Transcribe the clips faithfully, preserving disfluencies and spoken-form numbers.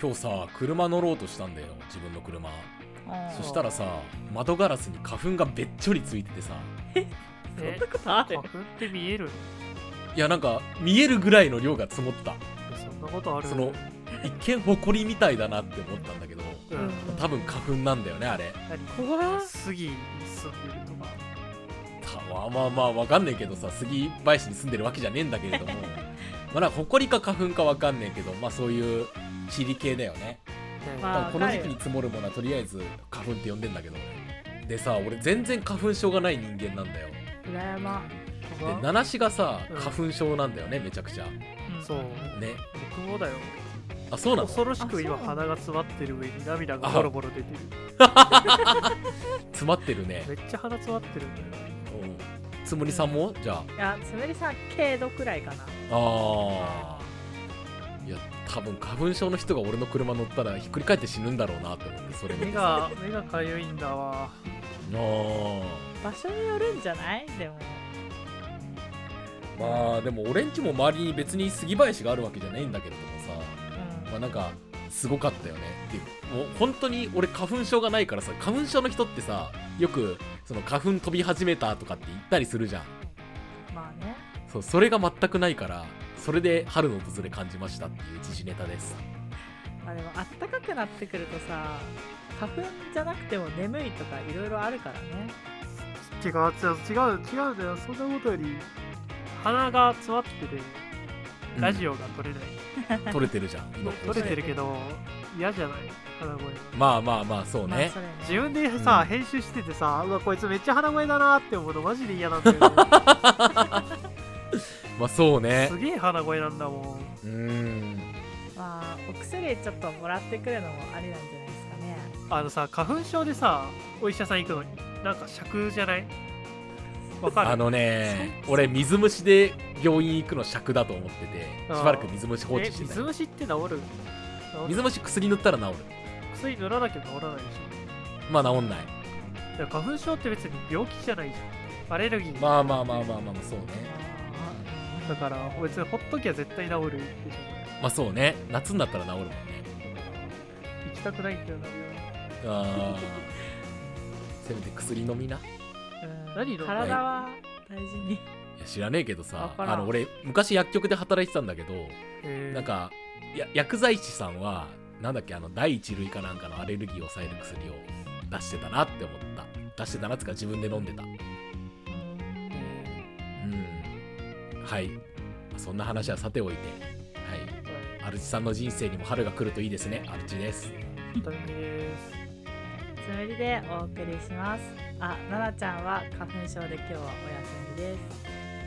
今日さ車乗ろうとしたんだよ、自分の車。そしたらさ、窓ガラスに花粉がべっちょりついててさ。 えそんなことある？花粉って見える？ いやなんか見えるぐらいの量が積もった。 そんなことある？ その一見ホコリみたいだなって思ったんだけど、 うん、 多分花粉なんだよねあれ。 怖っ。杉に住んでるとか。 まあまあまあわかんねえけどさ、杉林に住んでるわけじゃねえんだけれどもまあなんかホコリか花粉かわかんねえけど、まあそういう塵系だよね。まあ、この時期に積もるものはとりあえず花粉って呼んでんだけど、でさ俺全然花粉症がない人間なんだよ。 羨ま。 でナナシがさ、うん、花粉症なんだよねめちゃくちゃ、 うん、そうね。僕もだよ。 あ、そうなの？ 恐ろしく今鼻が詰まってる上に涙がボロボロ出てる詰まってるね。 めっちゃ鼻詰まってるんだよ。 つむりさんもじゃあ。 いやつむりさん軽度くらいかな。ああ。いや多分花粉症の人が俺の車乗ったらひっくり返って死ぬんだろうなって思って、それ目が目がかゆいんだわ。あ場所によるんじゃない？でもまあでも俺んちも周りに別に杉林があるわけじゃないんだけれどもさ、うん、まあなんかすごかったよねっていう。もう本当に俺花粉症がないからさ、花粉症の人ってさよくその花粉飛び始めたとかって言ったりするじゃん。 まあね。 そう、それが全くないからそれで春の訪れ感じましたっていう時事ネタです。 まあでもあったかくなってくるとさ、花粉じゃなくても眠いとかいろいろあるからね。 違う違う違う違うんだよ。そんなことより鼻が詰まっててラジオが撮れない、 うん、撮れてるじゃん。 撮れてるけど嫌じゃない？鼻声が。 まあまあまあそうね、まあ、ね自分でさ、うん、編集しててさ、うわこいつめっちゃ鼻声だなって思うのマジで嫌なんだよねまあそうね、 すげえ鼻声なんだもん。 うーん、 まあお薬ちょっともらってくるのもありなんじゃないですかね。 あのさ花粉症でさお医者さん行くのになんか尺じゃない？わかる？ あのね俺水虫で病院行くの尺だと思ってて、しばらく水虫放置してた。 水虫って治る？ 水虫薬塗ったら治る。 薬塗らなきゃ治らないでしょ。まあ治んない。 花粉症って別に病気じゃないじゃん。アレルギー。 まあまあまあまあまあ、まあ、そうね。 だから別にほっときゃ絶対治るでしょ。 まあそうね、夏になったら治るもんね。 行きたくないんだよな。 ああせめて薬飲みな。 何飲む？ 体は大事に。いや知らねえけどさ、あの俺昔薬局で働いてたんだけど、なんかや薬剤師さんはなんだっけ、あの第一類かなんかのアレルギーを抑える薬を出してたなって思った。出してたなってか自分で飲んでた。うん、はい。そんな話はさておいて、はい。アルチさんの人生にも春が来るといいですね。アルチです。 本当にです。 つむりでお送りします。あ、ななちゃんは花粉症で今日はお休みです。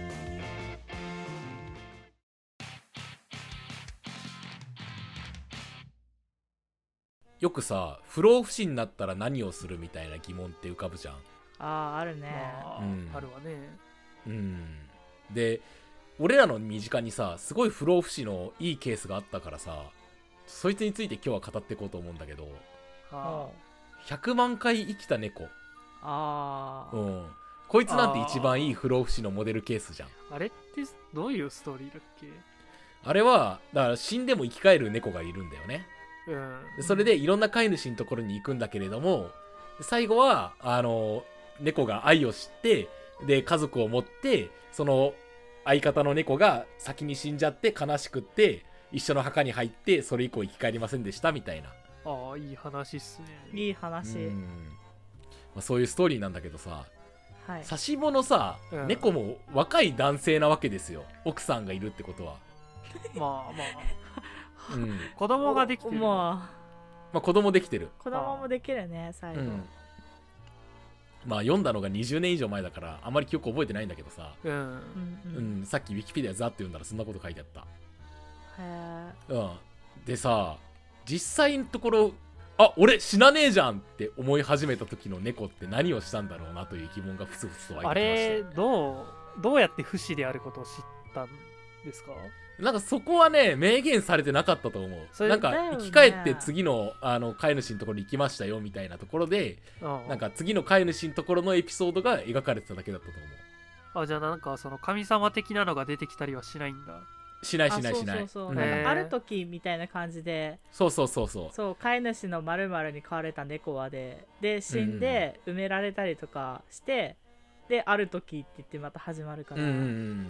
よくさ、不老不死になったら何をするみたいな疑問って浮かぶじゃん。 ああ、あるね。 まあ、うん、あるわね。 うん。で、俺らの身近にさ、すごい不老不死のいいケースがあったからさ、そいつについて今日は語っていこうと思うんだけど、 はあ、 ひゃくまん回生きた猫。 ああ。 うん。こいつなんて一番いい不老不死のモデルケースじゃん。 あれってどういうストーリーだっけ？ あれは、だから死んでも生き返る猫がいるんだよね。 うん、 でそれでいろんな飼い主のところに行くんだけれども、最後はあの猫が愛を知ってで家族を持ってその相方の猫が先に死んじゃって悲しくって一緒の墓に入ってそれ以降生き返りませんでしたみたいな。 ああいい話っすね。 いい話。うん、 まあ、そういうストーリーなんだけどさ、 はい、 差し子のさ、うん、猫も若い男性なわけですよ。奥さんがいるってことは。 まあまあ。 うん、 子供ができてる。 まあ、まあ子供できてる。 子供もできるね最後、うん、 まあ読んだのがにじゅうねん以上前だからあまり記憶覚えてないんだけどさ、 うんうんうん、さっきウィキペディアザって読んだらそんなこと書いてあった。 へえ、うん、でさ実際のところあ俺死なねえじゃんって思い始めた時の猫って何をしたんだろうなという疑問がふつふつと湧いてきました。 あれどうどうやって不死であることを知ったんですか？ なんかそこはね明言されてなかったと思う。なんか生き返って次のあの飼い主のところに行きましたよみたいなところで、なんか次の飼い主のところのエピソードが描かれてただけだったと思う。 あ、じゃあなんかその神様的なのが出てきたりはしないんだ。 しないしないしない。 そうそうそう、 うんなんかある時みたいな感じで、 そうそうそうそう。 そう飼い主の〇〇に飼われた猫はでで死んで埋められたりとかして、うん、である時って言ってまた始まるから、うんうんうん、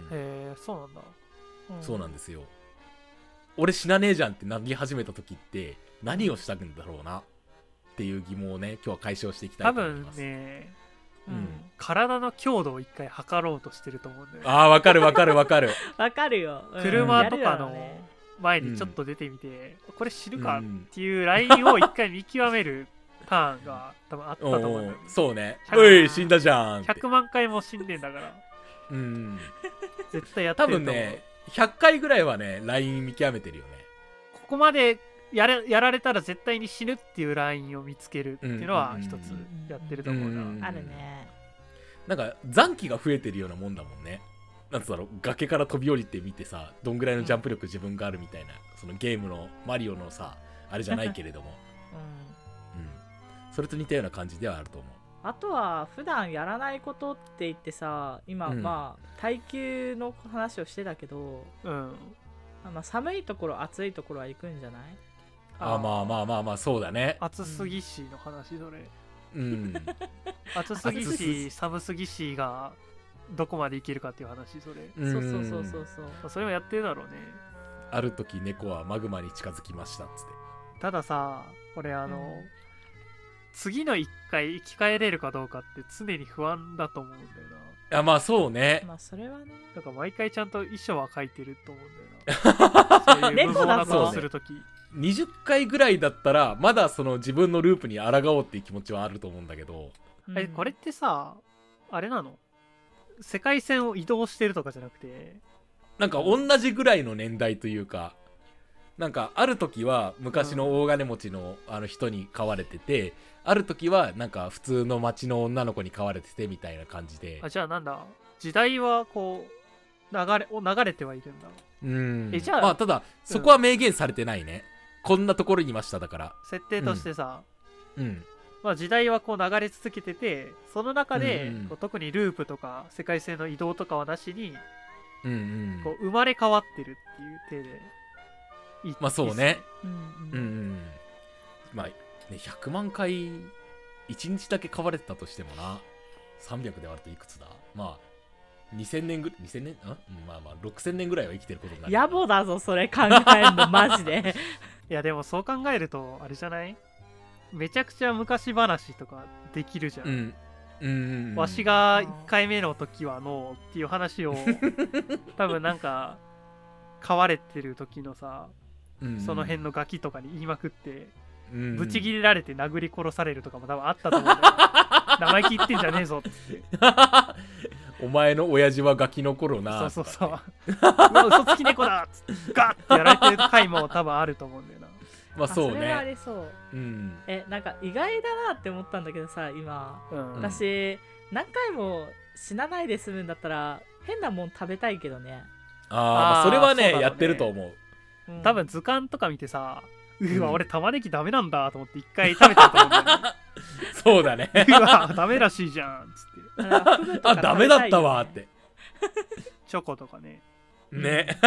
へえそうなんだ、 うん、そうなんですよ。俺死なねえじゃんってなり始めた時って何をしたんだろうなっていう疑問をね今日は解消していきたいと思います。 多分ね、うん、体の強度を一回測ろうとしてると思うんだよね。 ああ、わかるわかるわかるわかるよ、 うん、車とかの前にちょっと出てみて、うん、これ知るかっていうラインを一回見極めるターンが多分あったと思うんだよね。 そうね、おい死んだじゃんひゃくまん回も死んでんだからうん絶対やってると思う。 多分ねひゃっかいぐらいはねライン見極めてるよね。 ここまでやれやられたら絶対に死ぬっていうラインを見つけるっていうのは一つやってると思うな、うんうんうん、 あるね。 なんか残機が増えてるようなもんだもんね。なんつうだろう、崖から飛び降りてみてさどんぐらいのジャンプ力自分があるみたいな、うん、そのゲームのマリオのさあれじゃないけれども、うんうん、それと似たような感じではあると思う。 あとは普段やらないことって言ってさ今、うん、まあ耐久の話をしてたけど、うんまあ、寒いところ暑いところは行くんじゃない？ ああまあまあまあまあそうだね。 暑すぎしの話それ、 うん、 暑すぎし寒すぎしがどこまでいけるかっていう話それ、 うん、そうそうそうそうそうそれもやってるだろうね。 ある時猫はマグマに近づきましたっつって。 たださ俺あの、うん、次のいっかい生き返れるかどうかって常に不安だと思うんだよな。 いやまあそうね。 まあそれはね。 だから毎回ちゃんと衣装は描いてると思うんだよな。そういう無謀なことをするとき。 にじゅっかいぐらいだったらまだその自分のループに抗おうっていう気持ちはあると思うんだけど、 うん、えこれってさあれなの？世界線を移動してるとかじゃなくてなんか同じぐらいの年代というか、なんかある時は昔の大金持ちのあの人に飼われてて、うん、ある時はなんか普通の町の女の子に飼われててみたいな感じで。 あじゃあなんだ時代はこう流れを流れてはいるんだ。 うんえじゃあまあただそこは明言されてないね、うん、こんなところにいましただから設定としてさ、 うん、うんまあ、時代はこう流れ続けててその中で、うんうん、こう特にループとか世界線の移動とかはなしに、うんうん、こう生まれ変わってるっていう体でいいまあそうね、 うんうんうんうん、まあねひゃくまんかいいちにちだけ飼われてたとしてもなさんびゃくで割るといくつだ。まあにせんねんぐらいにせんねんんまあまあろくせんねんぐらいは生きてることになる。 野暮だぞそれ考えるのマジでいやでもそう考えるとあれじゃないめちゃくちゃ昔話とかできるじゃん、うんうんうんうん、わしがいっかいめの時はのっていう話を多分なんか飼われてる時のさ、うんうん、その辺のガキとかに言いまくって、うんうん、ブチギレられて殴り殺されるとかも多分あったと思うんだよ生意気言ってんじゃねえぞっつってお前の親父はガキの頃なそうそうそううわ嘘つき猫だっつってガッてやられてる回も多分あると思うんだよな。 まあそうね。 それはありそう、 うん、 えなんか意外だなって思ったんだけどさ今、うん、私何回も死なないで済むんだったら変なもん食べたいけどね。 ああそれは ね, ねやってると思う、 うん、多分図鑑とか見てさうわ、うん、俺玉ねぎダメなんだと思って一回食べてると思うんだよねそうだねうわダメらしいじゃんつってあダメだったわってチョコとかねね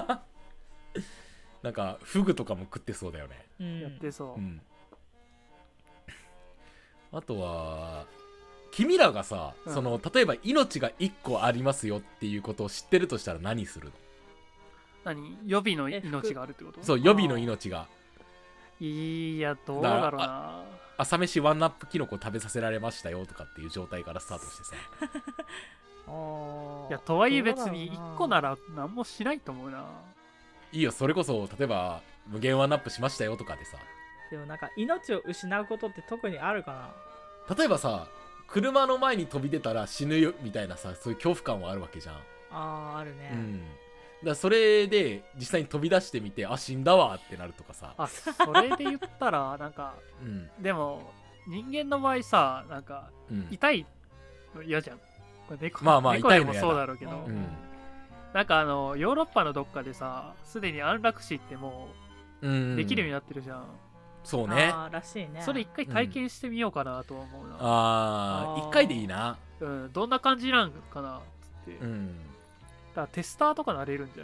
なんかフグとかも食ってそうだよね、 うん、やってそう、うん、 あとは君らがさ、うん、その例えば命がいっこありますよっていうことを知ってるとしたら何するの？ 何予備の命があるってこと？ そう予備の命がいやどうだろうな。 朝飯ワンナップキノコ食べさせられましたよとかっていう状態からスタートしてさあいやとはいえ別にいっこなら何もしないと思うな。 いいよそれこそ例えば無限ワンナップしましたよとかでさ。 でもなんか命を失うことって特にあるかな。例えばさ車の前に飛び出たら死ぬよみたいなさそういう恐怖感はあるわけじゃん。 あーあるね、 うん、だからそれで実際に飛び出してみてあ死んだわってなるとかさ。 あそれで言ったらなんか、うん、でも人間の場合さなんか、うん、痛いの嫌じゃん。猫、 まあまあ猫でもそうだろうけど、 うん、 なんかあのヨーロッパのどっかでさすでに安楽死ってもうできるようになってるじゃん、うん、 そうねあらしいね。 それ一回体験してみようかなと思うな、うん、 ああ一回でいいな、 うん、どんな感じなんかなっつって、うん、だからテスターとかなれるんじゃない？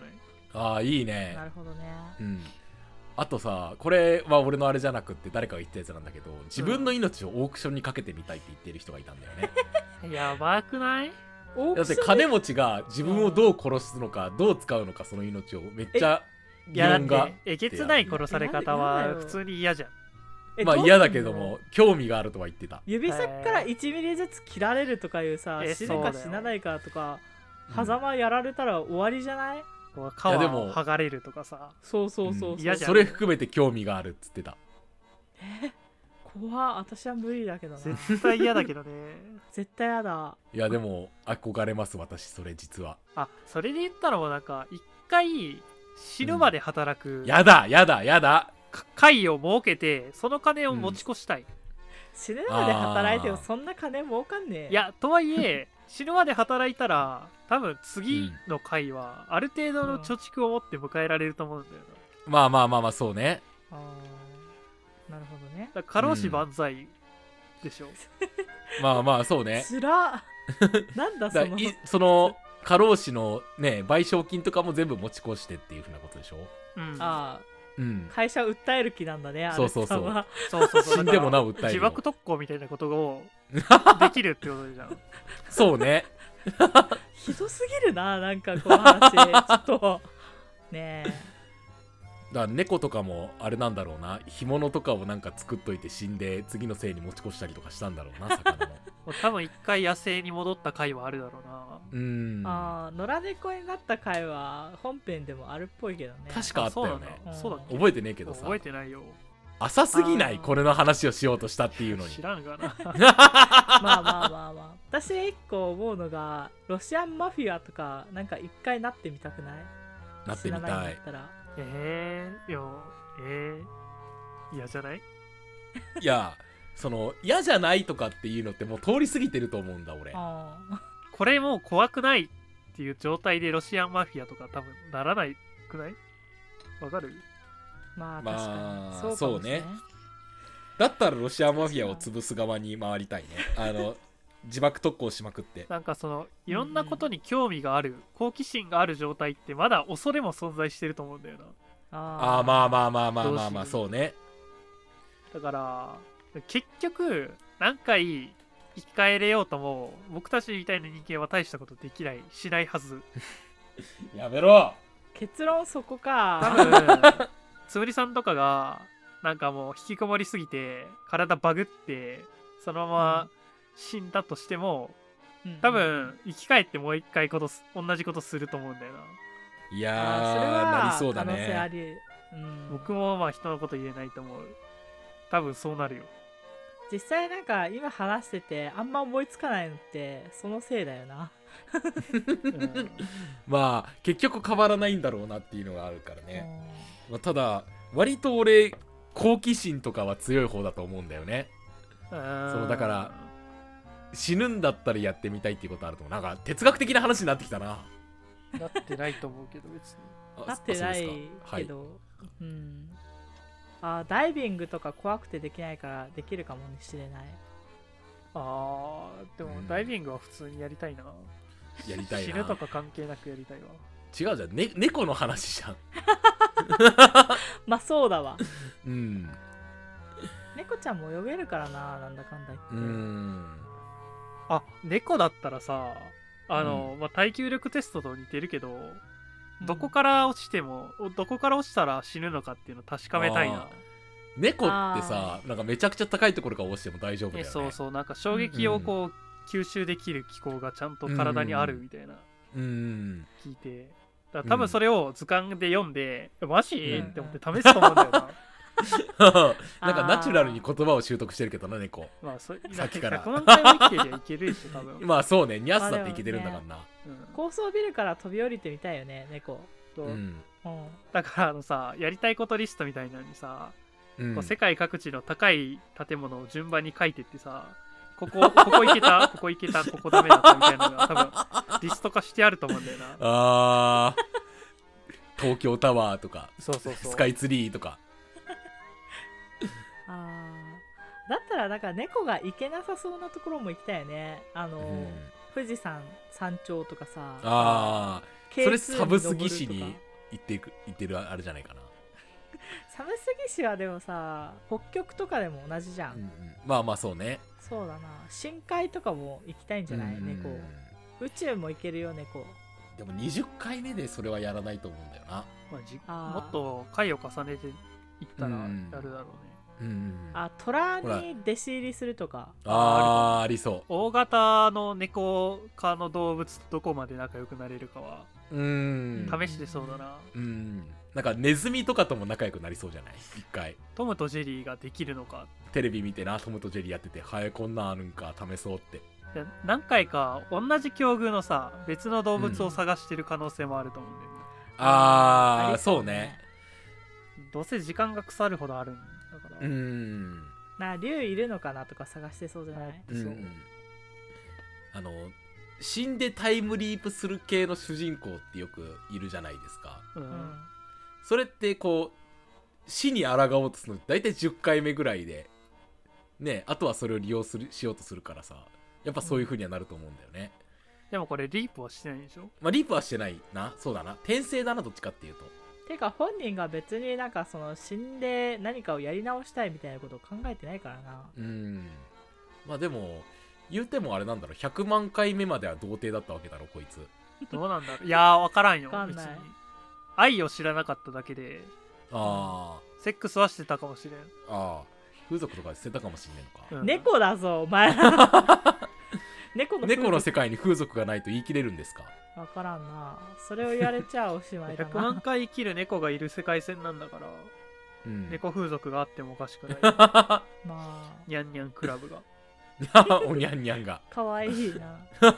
ああいいね。 なるほどね。 うん。あとさ、これは俺のあれじゃなくって誰かが言ったやつなんだけど、自分の命をオークションにかけてみたいって言ってる人がいたんだよね。 やばくない？ だって金持ちが自分をどう殺すのか、どう使うのか、その命をめっちゃ議論が。 えげつない殺され方は普通に嫌じゃん。 まあ嫌だけども興味があるとは言ってた。 指先からいちミリずつ切られるとかいうさ、死ぬか死なないかとか、狭間やられたら終わりじゃない？ 皮を剥がれるとかさ。 そうそうそう、 うん、それ含めて興味があるっつってた。 え怖っ。私は無理だけどな。 絶対嫌だけどね。 絶対嫌だ。 いやでも憧れます私それ実は。 あ、それで言ったらもうなんか一回死ぬまで働く、うん、 やだやだやだ会を設けてその金を持ち越したい、うん、 死ぬまで働いてもそんな金儲かんねえ。 いやとはいえ死ぬまで働いたら多分次の回はある程度の貯蓄を持って迎えられると思うんだよな、 うん、まあまあまあまあそうね。 あなるほどね。 だから過労死万歳でしょ、うん、 まあまあそうね。 つらなんだそのだその過労死のね賠償金とかも全部持ち越してっていうふうなことでしょ、 うん、 ああ、 うん、 会社訴える気なんだね。 そうそうそうそうそうそう死んでもなお訴える自爆特攻みたいなことをできるってことじゃん。 そうねひどすぎるな、なんかこの話ちょっとねえ。 だから猫とかもあれなんだろうな、干物とかをなんか作っといて死んで次のせいに持ち越したりとかしたんだろうな魚も多分一回野生に戻った回はあるだろうな。 うーん、 ああ野良猫になった回は本編でもあるっぽいけどね。 確かあったよね。 そうだっけ。 覚えてねえけどさ。 覚えてないよ。 浅すぎないこれの話をしようとしたっていうのに。 知らんがなまあまあまあまあ私一個思うのがロシアンマフィアとかなんか一回なってみたくない？ なってみたい。 知らないんだったらえー、いやえー、嫌じゃない？ いやその嫌じゃないとかっていうのってもう通り過ぎてると思うんだ俺。 あこれもう怖くないっていう状態でロシアンマフィアとか多分ならないくない？わかる？ まあ確かに、 まあ、 そうかもしれない。 そうね。だったらロシアンマフィアを潰す側に回りたいね。あの自爆特攻しまくって。 なんかそのいろんなことに興味がある、好奇心がある状態ってまだ恐れも存在してると思うんだよな。 ああまあまあまあまあまあまあそうね。 だから結局何回生き返れようとも僕たちみたいな人間は大したことできないしないはず。 やめろ。 結論そこか。 多分つむりさんとかがなんかもう引きこもりすぎて体バグってそのまま死んだとしても、うん、多分生き返ってもう一回ことす同じことすると思うんだよな。 いやーそれはなりそうだね。 可能性あり、 うん、僕もまあ人のこと言えないと思う。多分そうなるよ。 実際なんか今話しててあんま思いつかないのってそのせいだよな。 うん、まあ結局変わらないんだろうなっていうのがあるからね。まあ、ただ割と俺好奇心とかは強い方だと思うんだよね。そうだから死ぬんだったらやってみたいっていうことあると思う。なんか哲学的な話になってきたな。 なってないと思うけど別に。 なってないけど、はい、うん。あダイビングとか怖くてできないからできるかもしれない。 あーでもダイビングは普通にやりたいな。 うん、やりたいな。 死ぬとか関係なくやりたいわ。 違うじゃん、ね、猫の話じゃん。 まあそうだわ。 うん。 猫ちゃんも泳げるからな、なんだかんだ言って。 うん。 あ猫だったらさあの、うんまあ、耐久力テストと似てるけど、うん、どこから落ちてもどこから落ちたら死ぬのかっていうのを確かめたいな。 猫ってさなんかめちゃくちゃ高いところから落ちても大丈夫だよね。 そうそうなんか衝撃をこう、うん、吸収できる機構がちゃんと体にあるみたいな、 うん、 聞いてだから多分それを図鑑で読んで、うん、マジ、うん、って思って試すと思うんだよな。 なんかナチュラルに言葉を習得してるけどな猫。 まあそさっきからひゃくまん回も生きてりゃいけるでしょ多分。 まあそうねニャスだっていけてるんだからな、 ねうん、高層ビルから飛び降りてみたいよね猫と、うんうん、だからあのさやりたいことリストみたいなのにさ、うん、こう世界各地の高い建物を順番に書いてってさここここ行けたここ行けたここダメだったみたいなのが多分リスト化してあると思うんだよな。 あ東京タワーとかそうそうそうスカイツリーとか。 あだったらなんか猫が行けなさそうなところも行きたいよね。あの、うん、富士山山頂とかさあそれサブスギ市に言っていく言ってるあれじゃないかな。 寒すぎしはでもさ北極とかでも同じじゃん、うんうん、 まあまあそうね。 そうだな、深海とかも行きたいんじゃない、うんうん、猫。宇宙も行けるよ猫。 でもにじゅっかいめでそれはやらないと思うんだよな、 まあ、じもっと回を重ねていったらやるだろうね、 うんうん、 あ、虎に弟子入りするとか。 ああ、ありそう。 大型の猫科の動物とどこまで仲良くなれるかはうん試してそうだな。 うん、なんかネズミとかとも仲良くなりそうじゃない？一回トムとジェリーができるのか。 テレビ見てな、トムとジェリーやってて、はい、こんなんあるんか試そうって。 何回か同じ境遇のさ別の動物を探してる可能性もあると思うんだよね、 うん、ああそうね。 どうせ時間が腐るほどあるんだから。 うんなあ、竜いるのかなとか探してそうじゃない？ うん、そう。あの死んでタイムリープする系の主人公ってよくいるじゃないですか、 うん、 それってこう死に抗おうとするのだいたいじゅっかいめぐらいでね、あとはそれを利用するしようとするからさ、やっぱそういう風にはなると思うんだよね、 うん、でもこれリープはしてないでしょ。 まあリープはしてないな。そうだな、転生だな、どっちかっていうと。 てか本人が別になんかその死んで何かをやり直したいみたいなことを考えてないからな。 うん、まあでも言うてもあれなんだろう、ひゃくまんかいめまでは童貞だったわけだろこいつ。 どうなんだろう。いやー分からんよ。 分かんない。 別に愛を知らなかっただけで、 ああセックスはしてたかもしれん。 ああ、風俗とか捨てたかもしんないのか、 うん、猫だぞお前猫の猫の世界に風俗がないと言い切れるんですか。 分からんな、それを言われちゃおしまいだな。 ひゃくまんかい生きる猫がいる世界線なんだから、うん、猫風俗があってもおかしくないまあニャンニャンクラブがおにゃんにゃんがかわいいな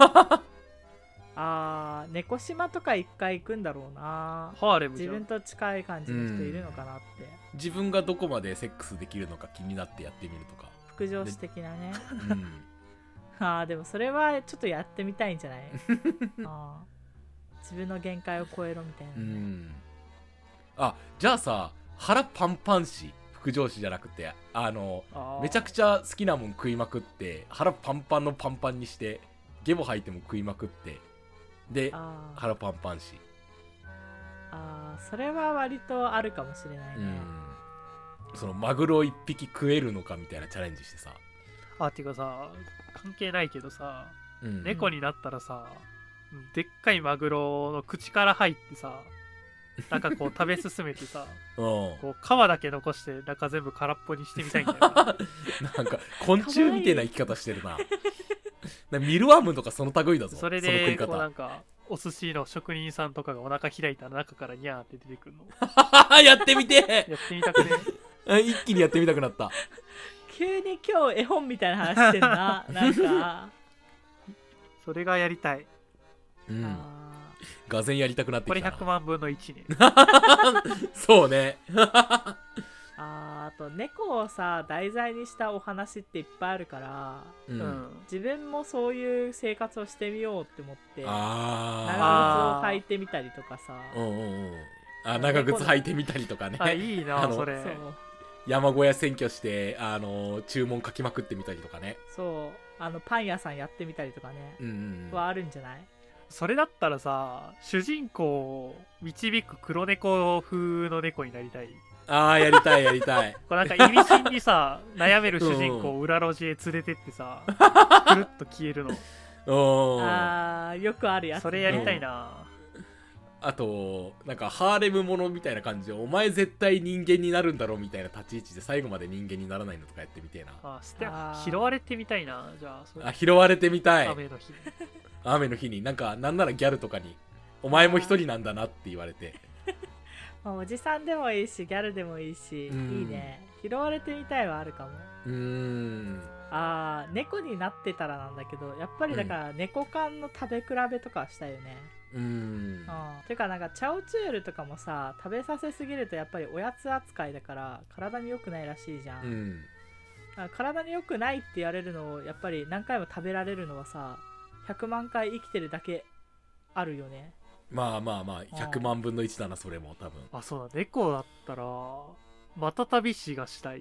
あー、猫島とか一回行くんだろうな。 ハーレムじゃん。自分と近い感じの人いるのかなって、 うん、自分がどこまでセックスできるのか気になってやってみるとか、 副上司的なね、 うん、 あーでもそれはちょっとやってみたいんじゃないあ自分の限界を超えろみたいな、ね、うん、 あ、じゃあさ、腹パンパンし副上司じゃなくて、あのあめちゃくちゃ好きなもん食いまくって腹パンパンのパンパンにしてゲボ吐いても食いまくってで腹パンパンし、 あーそれは割とあるかもしれないね、 うん、そのマグロ一匹食えるのかみたいなチャレンジしてさ。 あ、てかさ、関係ないけどさ、うん、猫になったらさ、でっかいマグロの口から入ってさ、なんかこう食べ進めてさこう皮だけ残して中全部空っぽにしてみたいんだよななんか昆虫みたいな生き方してるななミルワームとかその類だぞ。 それでこうなんかお寿司の職人さんとかがお腹開いたら中からニャーって出てくるのやってみてやってみたくね一気にやってみたくなった。 急に今日絵本みたいな話してんななんかそれがやりたい、 うん、がぜんやりたくなってきたな。 これひゃくまんぶんのいちねそうねあ, あと猫をさ題材にしたお話っていっぱいあるから、 うん、 自分もそういう生活をしてみようって思ってあ長靴を履いてみたりとかさ、 うんうんうん、あ長靴履いてみたりとかね。 あいいなそれ。そう山小屋占拠してあの注文書きまくってみたりとかね。 そうあのパン屋さんやってみたりとかね、 うんうんうん、 はあるんじゃない？ それだったらさ主人公を導く黒猫風の猫になりたい。 ああやりたいやりたいこれなんか意味深にさ悩める主人公を裏路地へ連れてってさくるっと消えるのおあーよくあるやつ、ね、 それやりたいな。 あとなんかハーレムものみたいな感じでお前絶対人間になるんだろうみたいな立ち位置で最後まで人間にならないのとかやってみてえな。 あ捨て拾われてみたいな。じゃあそれあ拾われてみたい。 雨の日に雨の日になんかなんならギャルとかにお前も一人なんだなって言われておじさんでもいいしギャルでもいいし、うん、いいね。拾われてみたいはあるかも。 うーんあー猫になってたらなんだけどやっぱりだから猫缶の食べ比べとかしたいよね。 うーんていうかなんかチャオチュールとかもさ食べさせすぎるとやっぱりおやつ扱いだから体に良くないらしいじゃん、 うん、 体に良くないって言われるのをやっぱり何回も食べられるのはさひゃくまんかい生きてるだけあるよね。 まあまあまあひゃくまんぶんのいちだなそれも多分。 あそうだ猫だったらまた旅死がしたい。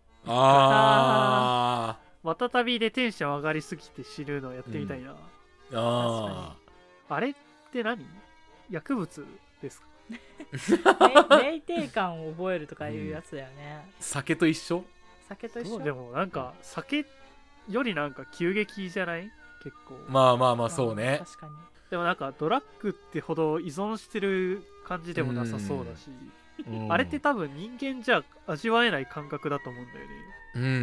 ああまた旅でテンション上がりすぎて死ぬのやってみたいな、うん、 ああれって何薬物ですか？ 酩酊感を覚えるとかいうやつだよね、 うん、酒と一緒酒と一緒。 でもなんか酒よりなんか急激じゃない？結構まあまあまあそうね、 確かに。 でもなんかドラッグってほど依存してる感じでもなさそうだし、うん、あれって多分人間じゃ味わえない感覚だと思うんだよね。 うんうんうん。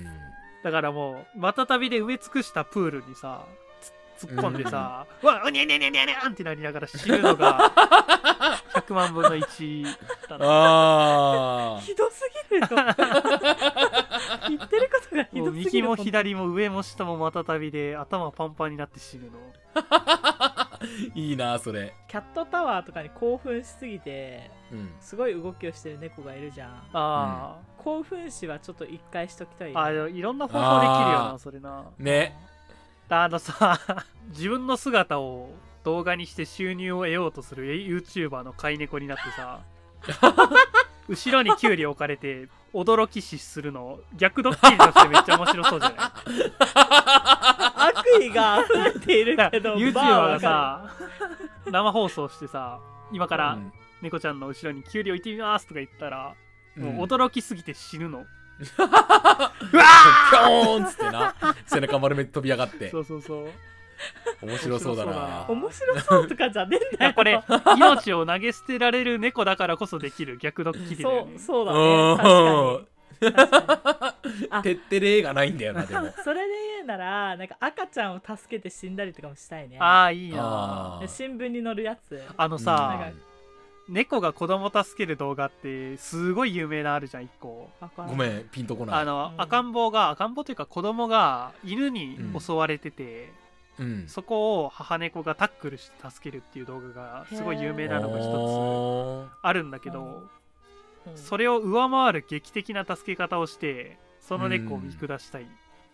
だからもうまたたびで埋め尽くしたプールにさ突っ込んでさ、うん、わっにゃにゃにゃにゃにゃんってなりながら死ぬのがひゃくまんぶんのいちだな。 あひどすぎるよ言ってることがひどすぎる。 右も左も上も下もまたたびで頭パンパンになって死ぬのいいなそれ。 キャットタワーとかに興奮しすぎて、うん、すごい動きをしてる猫がいるじゃん。あ、うん、興奮死はちょっと一回しときたい。 あ、いろんな方法できるよなそれな。 ね。 あのさ自分の姿を動画にして収入を得ようとする YouTuber の飼い猫になってさ後ろにキュウリ置かれて驚き死するの逆ドッキリとしてめっちゃ面白そうじゃない悪意が溢れているけど YouTuber がさ生放送してさ今から猫ちゃんの後ろにキュウリ置いてみますとか言ったら、うん、もう驚きすぎて死ぬの、うわーピョーンっつってな背中丸めて飛び上がってそうそうそう面白そうだな。 面白そうとかじゃねえんだよこれ命を投げ捨てられる猫だからこそできる逆ドッキリだよね。 そう、そうだね。確かにてってれーがないんだよな。でもそれで言うならなんか赤ちゃんを助けて死んだりとかもしたいね。 ああいいな。 新聞に載るやつ。 あのさ、うん、猫が子供助ける動画ってすごい有名なあるじゃん。一個ごめんピンとこない。 あの、うん、赤ん坊が赤ん坊というか子供が犬に襲われてて、うん、そこを母猫がタックルして助けるっていう動画がすごい有名なのが一つあるんだけど、うん、それを上回る劇的な助け方をしてその猫を見下したい、うん、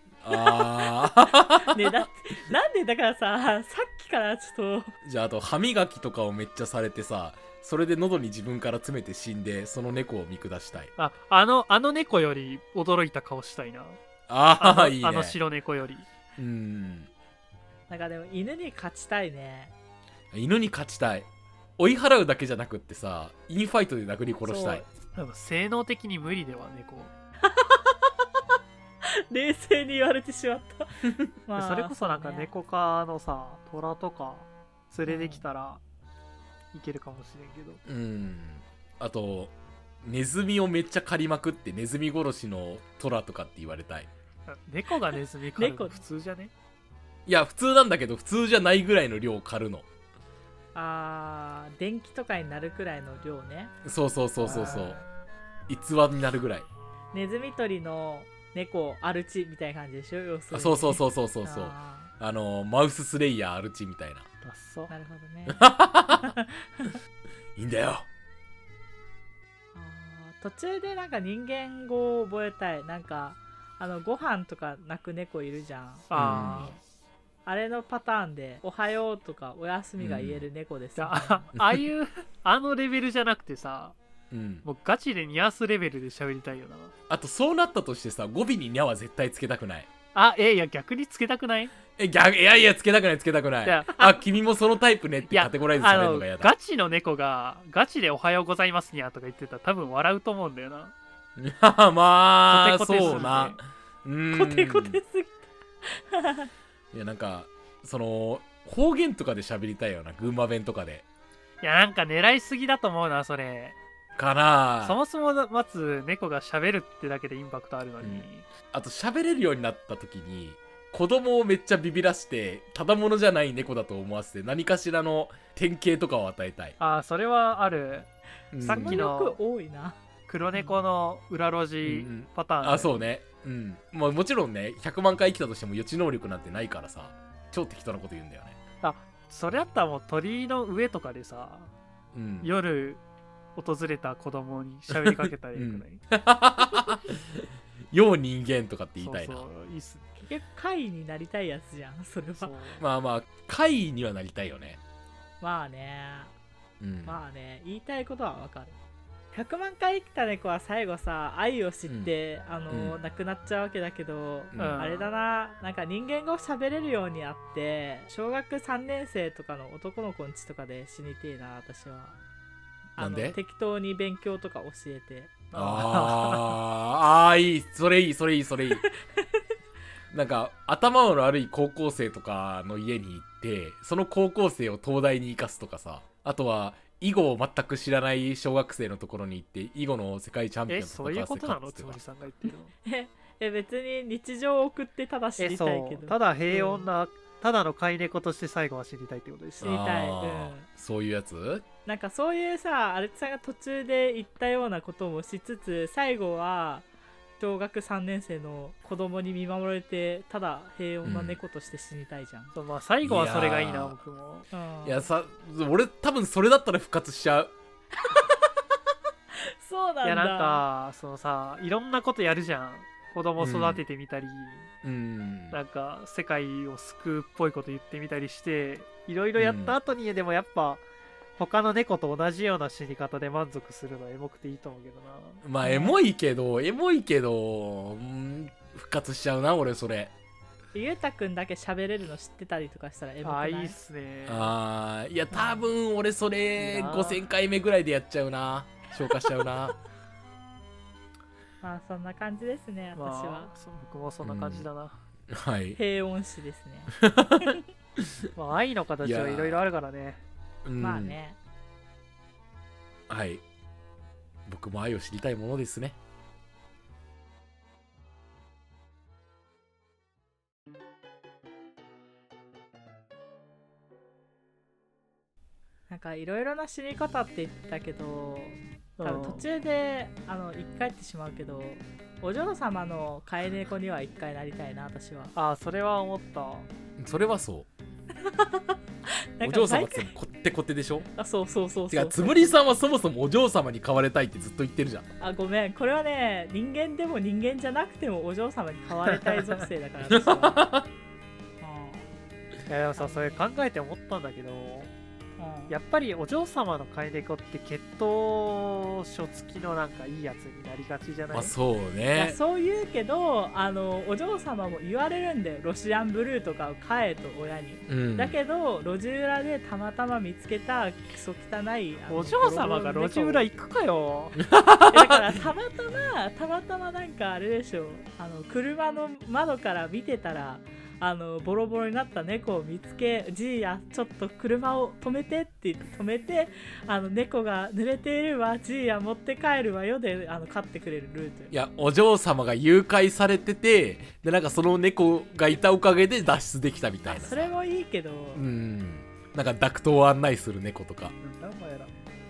あねだってなんでだからささっきからちょっとじゃああと歯磨きとかをめっちゃされてさそれで喉に自分から詰めて死んでその猫を見下したい。 ああのあの猫より驚いた顔したいな。 ああいいね。 あの白猫より。 うんなんかでも犬に勝ちたいね。 犬に勝ちたい。追い払うだけじゃなくってさインファイトで殴り殺したい。 でも性能的に無理では猫冷静に言われてしまった、 まあ、それこそなんか猫科のさ虎とか連れてきたらいけるかもしれんけど、 うん、うん、あとネズミをめっちゃ狩りまくってネズミ殺しの虎とかって言われたい。 猫がネズミ狩るの普通じゃね？ いや普通なんだけど普通じゃないぐらいの量を狩るの。 あー電気とかになるくらいの量ね。 そうそうそうそうそう逸話になるぐらい。 ネズミ捕りの猫アルチみたいな感じでしょ。要するにそうそうそうそうそうそうああのマウススレイヤーアルチみたいな。 そうなるほどねいいんだよ。 あ途中でなんか人間語を覚えたい。なんかあのご飯とか泣く猫いるじゃん。あーあれのパターンでおはようとかおやすみが言える猫です、ね、 うん、あ, ああいうあのレベルじゃなくてさ、うん、もうガチでニャースレベルで喋りたいよな。 あとそうなったとしてさ語尾にニャは絶対つけたくない。 あえいや逆につけたくない？ え逆いやいやつけたくないつけたくない。あ, あ君もそのタイプねってカテゴライズされるのが嫌だ。 ガチの猫がガチでおはようございますにゃとか言ってたら多分笑うと思うんだよな。 まあコテコテそうなうんコテコテすぎたいやなんかその方言とかで喋りたいよな。群馬弁とかで。 いやなんか狙いすぎだと思うなそれ。 かな。 そもそもまず猫が喋るってだけでインパクトあるのに、うん、 あと喋れるようになった時に子供をめっちゃビビらしてただものじゃない猫だと思わせて何かしらの典型とかを与えたい。 あそれはある、 うん、 さっきの多いな黒猫の裏路地パターン、 うんうん、あそうね、うんまあ、もちろんねひゃくまん回生きたとしても予知能力なんてないからさ超適当なこと言うんだよね。 あそれだったらもう鳥の上とかでさ、うん、夜訪れた子供に喋りかけたらいいくらい、 うん、よう人間とかって言いたいな。そうそういいっす。結局怪異になりたいやつじゃんそれは。 まあまあ怪異にはなりたいよね。 まあね、うん、まあね言いたいことはわかる。ひゃくまん回生きた猫は最後さ愛を知って、うん、あの、うん、亡くなっちゃうわけだけど、うん、あれだななんか人間語喋れるようになって小学さんねん生とかの男の子んちとかで死にてえな私は。 なんで適当に勉強とか教えて。 あーあーいい、それいいそれいいそれいいなんか頭の悪い高校生とかの家に行ってその高校生を東大に行かすとかさ、あとは囲碁を全く知らない小学生のところに行って囲碁の世界チャンピオンとか。 えそういうことなの？つむりさんが言ってるのええ別に日常を送ってただ知りたいけど、 ただ平穏な、うん、ただの飼い猫として最後は知りたいってことです。 知りたい、うん、 そういうやつなんかそういうさ、アルツさんが途中で言ったようなこともしつつ、最後は小学さんねん生の子供に見守られてただ平穏な猫として死にたいじゃん、うん、 そう、まあ、最後はそれがいいな。僕も、 うん、 いやさ、俺多分それだったら復活しちゃうそうなんだ。 いやなんかそのさ、いろんなことやるじゃん。子供育ててみたり、 うん、 なんか世界を救うっぽいこと言ってみたりしていろいろやった後に、うん、でもやっぱ他の猫と同じような死に方で満足するのはエモくていいと思うけどな。 まあエモいけどエモいけど、うん、復活しちゃうな俺それ。 ゆうたくんだけ喋れるの知ってたりとかしたらエモくない？ あ、いいっすね。 あ、いや多分俺それごせんかいめぐらいでやっちゃうな、消化しちゃうなまあそんな感じですね、私は、 まあ、僕もそんな感じだな、 うん、はい、 平穏詩ですねまあ愛の形はいろいろあるからね。 まあね、 はい、僕も愛を知りたいものですね。 なんかいろいろな死に方って言ってたけど、多分途中であの一回ってしまうけど、お嬢様の飼い猫には一回なりたいな私は。 ああ、それは思った。 それはそうお嬢様ってこってこてでしょ。 あ、そうそうそうそう。 違う、つむりさんはそもそもお嬢様に飼われたいってずっと言ってるじゃん。 あ、ごめん、これはね、人間でも人間じゃなくてもお嬢様に飼われたい属性だから私はいやでもさ、それ考えて思ったんだけど、うん、やっぱりお嬢様の飼い猫って血統書付きのなんかいいやつになりがちじゃない？ まあそうね。 いやそう言うけど、あのお嬢様も言われるんだよ、ロシアンブルーとかを飼えと親に、うん、だけど路地裏でたまたま見つけたクソ汚いお嬢様が路地裏行くかよだからたまたまたまたまなんかあれでしょ、あの車の窓から見てたらあのボロボロになった猫を見つけ、じいやちょっと車を止めてって言って止めて、あの猫が濡れているわ、じいや持って帰るわよであの飼ってくれるルート。 いや、お嬢様が誘拐されてて、でなんかその猫がいたおかげで脱出できたみたいな。 それもいいけど、 うん、なんかダクトを案内する猫とか。 なんだお前ら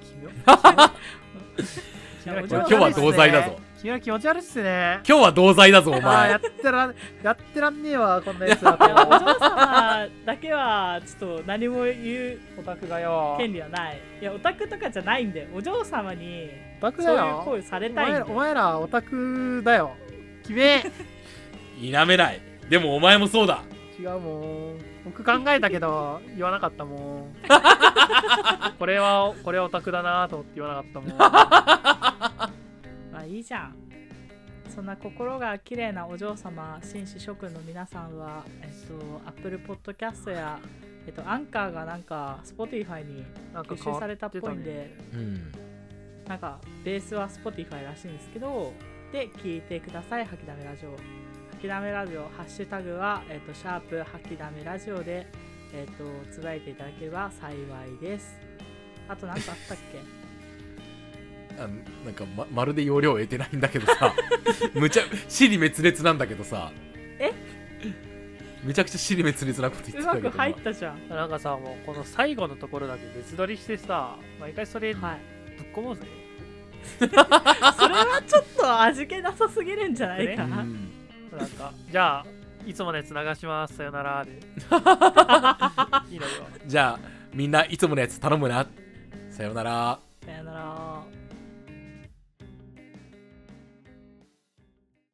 今日は同罪だぞ。 君は気持ち悪いっすね。 今日は同罪だぞお前。 やってらやってらんねえわこんなやつだと。 お嬢様だけはちょっと何も言うオタクがよ権利はない。いやオタクとかじゃないんだよ。お嬢様にオタクだよ。 そういう行為されたいんだよ。 お前らオタクだよ。君否めない。でもお前もそうだ。 違うもん。僕考えたけど言わなかったもん。これはこれはオタクだなと思って言わなかったもん。 まあいいじゃん。そんな心が綺麗なお嬢様、紳士諸君の皆さんは、えっと、Apple Podcast や、えっと、アンカーがなんか Spotify に吸収されたっぽいんで、ね、うん、なんかベースは Spotify らしいんですけど、で聞いてください。吐きだめラジオ、吐きだめラジオハッシュタグは、えっと、シャープ吐きだめラジオで、えっと、つぶやいていただければ幸いです。あと何かあったっけ？ あのなんか ま, まるで容量を得てないんだけどさむちゃ支離滅裂なんだけどさ、 えめちゃくちゃ支離滅裂なこと言ってたけど、 うまく入ったじゃん。 なんかさ、もうこの最後のところだけ別撮りしてさ、毎回それぶっ込もうぜ、 はい、それはちょっと味気なさすぎるんじゃないかな、ね、 うん、なんかじゃあいつものやつ流します、さよならでいいのよ。 じゃあみんないつものやつ頼むな、さよなら。 さよなら。